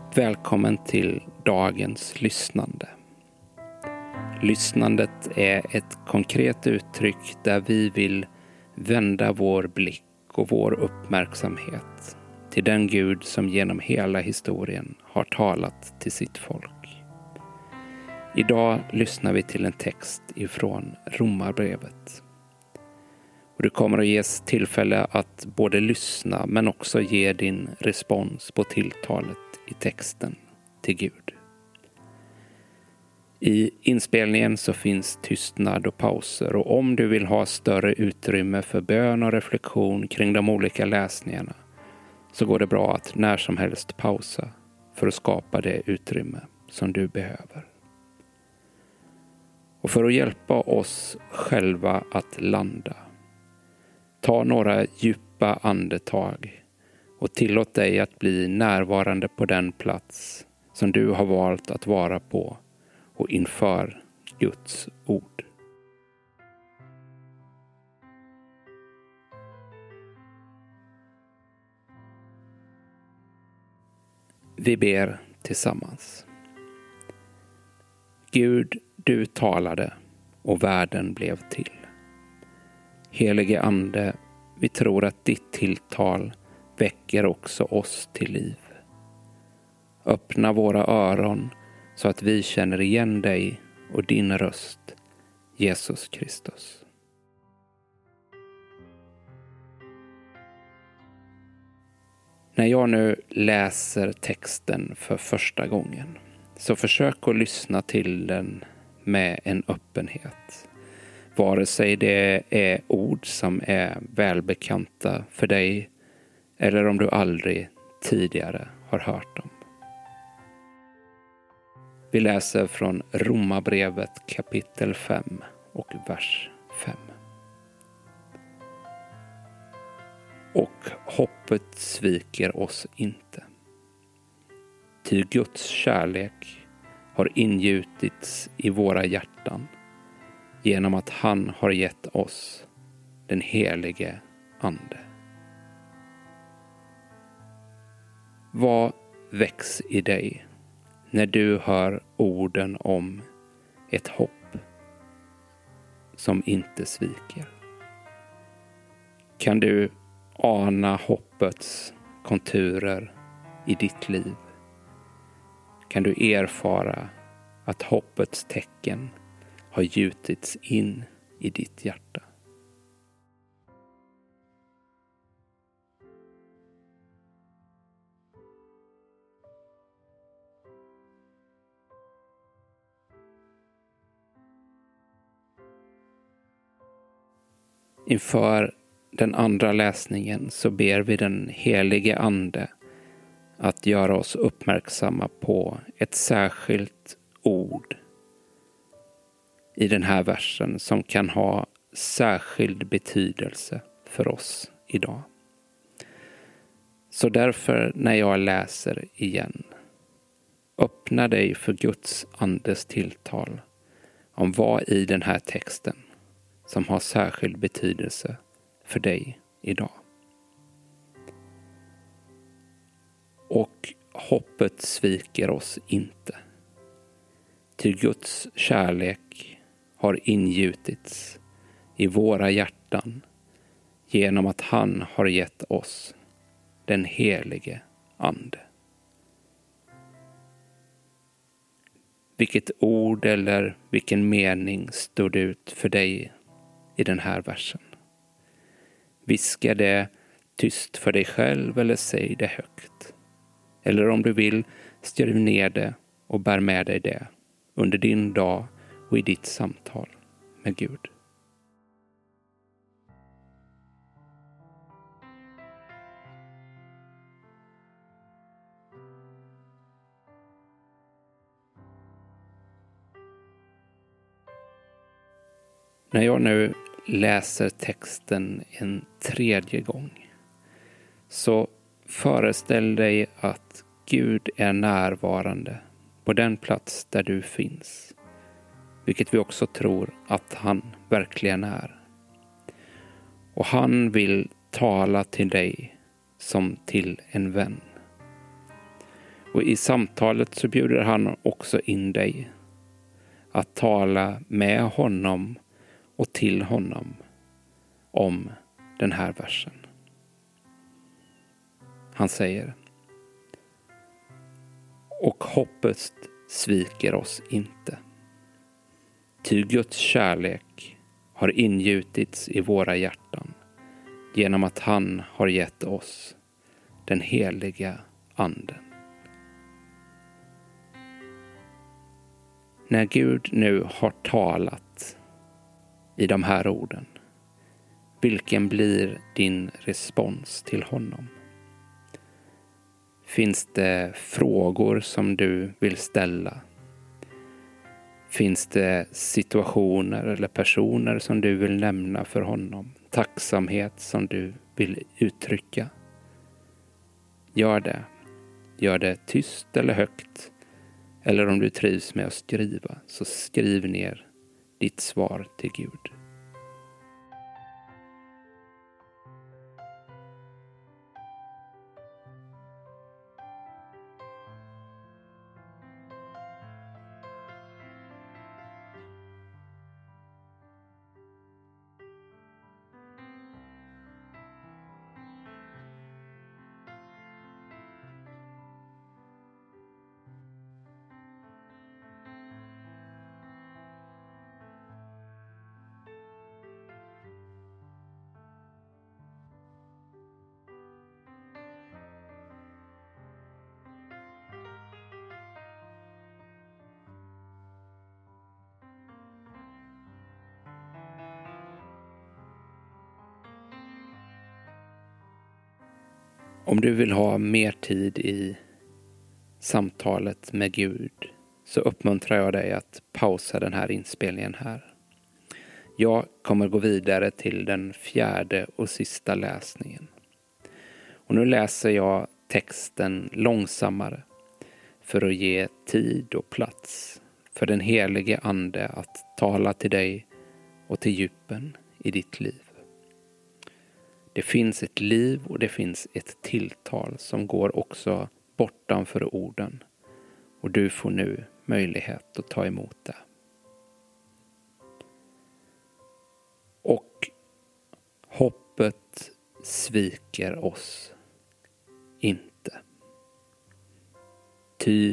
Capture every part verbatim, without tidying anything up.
Välkommen till dagens lyssnande. Lyssnandet är ett konkret uttryck där vi vill vända vår blick och vår uppmärksamhet till den Gud som genom hela historien har talat till sitt folk. Idag lyssnar vi till en text ifrån Romarbrevet. Och du kommer att ges tillfälle att både lyssna men också ge din respons på tilltalet i texten till Gud. I inspelningen så finns tystnad och pauser, och om du vill ha större utrymme för bön och reflektion kring de olika läsningarna så går det bra att när som helst pausa för att skapa det utrymme som du behöver. Och för att hjälpa oss själva att landa, ta några djupa andetag och tillåt dig att bli närvarande på den plats som du har valt att vara på och inför Guds ord. Vi ber tillsammans. Gud, du talade och världen blev till. Helige Ande, vi tror att ditt tilltal väcker också oss till liv. Öppna våra öron så att vi känner igen dig och din röst, Jesus Kristus. När jag nu läser texten för första gången så försök att lyssna till den med en öppenhet. Vare sig det är ord som är välbekanta för dig eller om du aldrig tidigare har hört dem. Vi läser från Romarbrevet kapitel fem och vers fem. Och hoppet sviker oss inte. Ty Guds kärlek har ingjutits i våra hjärtan genom att han har gett oss den helige Ande. Vad väcks i dig när du hör orden om ett hopp som inte sviker? Kan du ana hoppets konturer i ditt liv? Kan du erfara att hoppets tecken har gjutits in i ditt hjärta? Inför den andra läsningen så ber vi den helige Ande att göra oss uppmärksamma på ett särskilt ord i den här versen som kan ha särskild betydelse för oss idag. Så därför när jag läser igen, öppna dig för Guds andes tilltal om vad i den här texten som har särskild betydelse för dig idag. Och hoppet sviker oss inte. Ty Guds kärlek har ingjutits i våra hjärtan genom att han har gett oss den helige Ande. Vilket ord eller vilken mening stod ut för dig i den här versen? Viska det tyst för dig själv eller säg det högt. Eller om du vill, skriv ner det och bär med dig det under din dag och i ditt samtal med Gud. När jag nu läser texten en tredje gång så föreställ dig att Gud är närvarande på den plats där du finns, vilket vi också tror att han verkligen är. Och han vill tala till dig som till en vän. Och i samtalet så bjuder han också in dig att tala med honom och till honom om den här versen. Han säger: och hoppet sviker oss inte. Ty Guds kärlek har ingjutits i våra hjärtan genom att han har gett oss den heliga anden. När Gud nu har talat i de här orden, vilken blir din respons till honom? Finns det frågor som du vill ställa? Finns det situationer eller personer som du vill nämna för honom? Tacksamhet som du vill uttrycka? Gör det. Gör det tyst eller högt. Eller om du trivs med att skriva, så skriv ner ditt svar till Gud. Om du vill ha mer tid i samtalet med Gud så uppmuntrar jag dig att pausa den här inspelningen här. Jag kommer gå vidare till den fjärde och sista läsningen. Och nu läser jag texten långsammare för att ge tid och plats för den helige ande att tala till dig och till djupen i ditt liv. Det finns ett liv och det finns ett tilltal som går också bortanför orden. Och du får nu möjlighet att ta emot det. Och hoppet sviker oss inte. Ty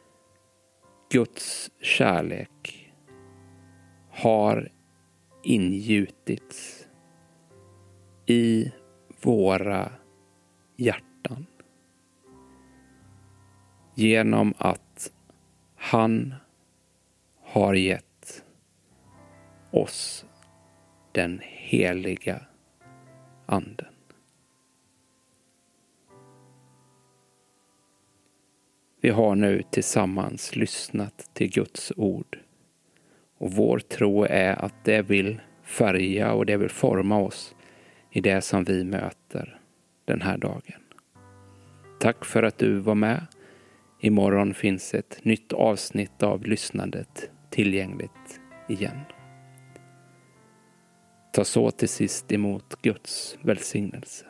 Guds kärlek har ingjutits i våra hjärtan genom att han har gett oss den heliga anden. Vi har nu tillsammans lyssnat till Guds ord och vår tro är att det vill färga och det vill forma oss i det som vi möter den här dagen. Tack för att du var med. Imorgon finns ett nytt avsnitt av lyssnandet tillgängligt igen. Ta så till sist emot Guds välsignelse.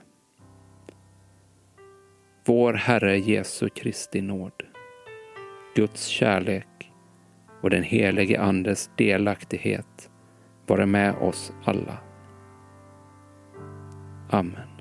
Vår Herre Jesu Kristi nåd, Guds kärlek och den helige Andes delaktighet vara med oss alla. Amen.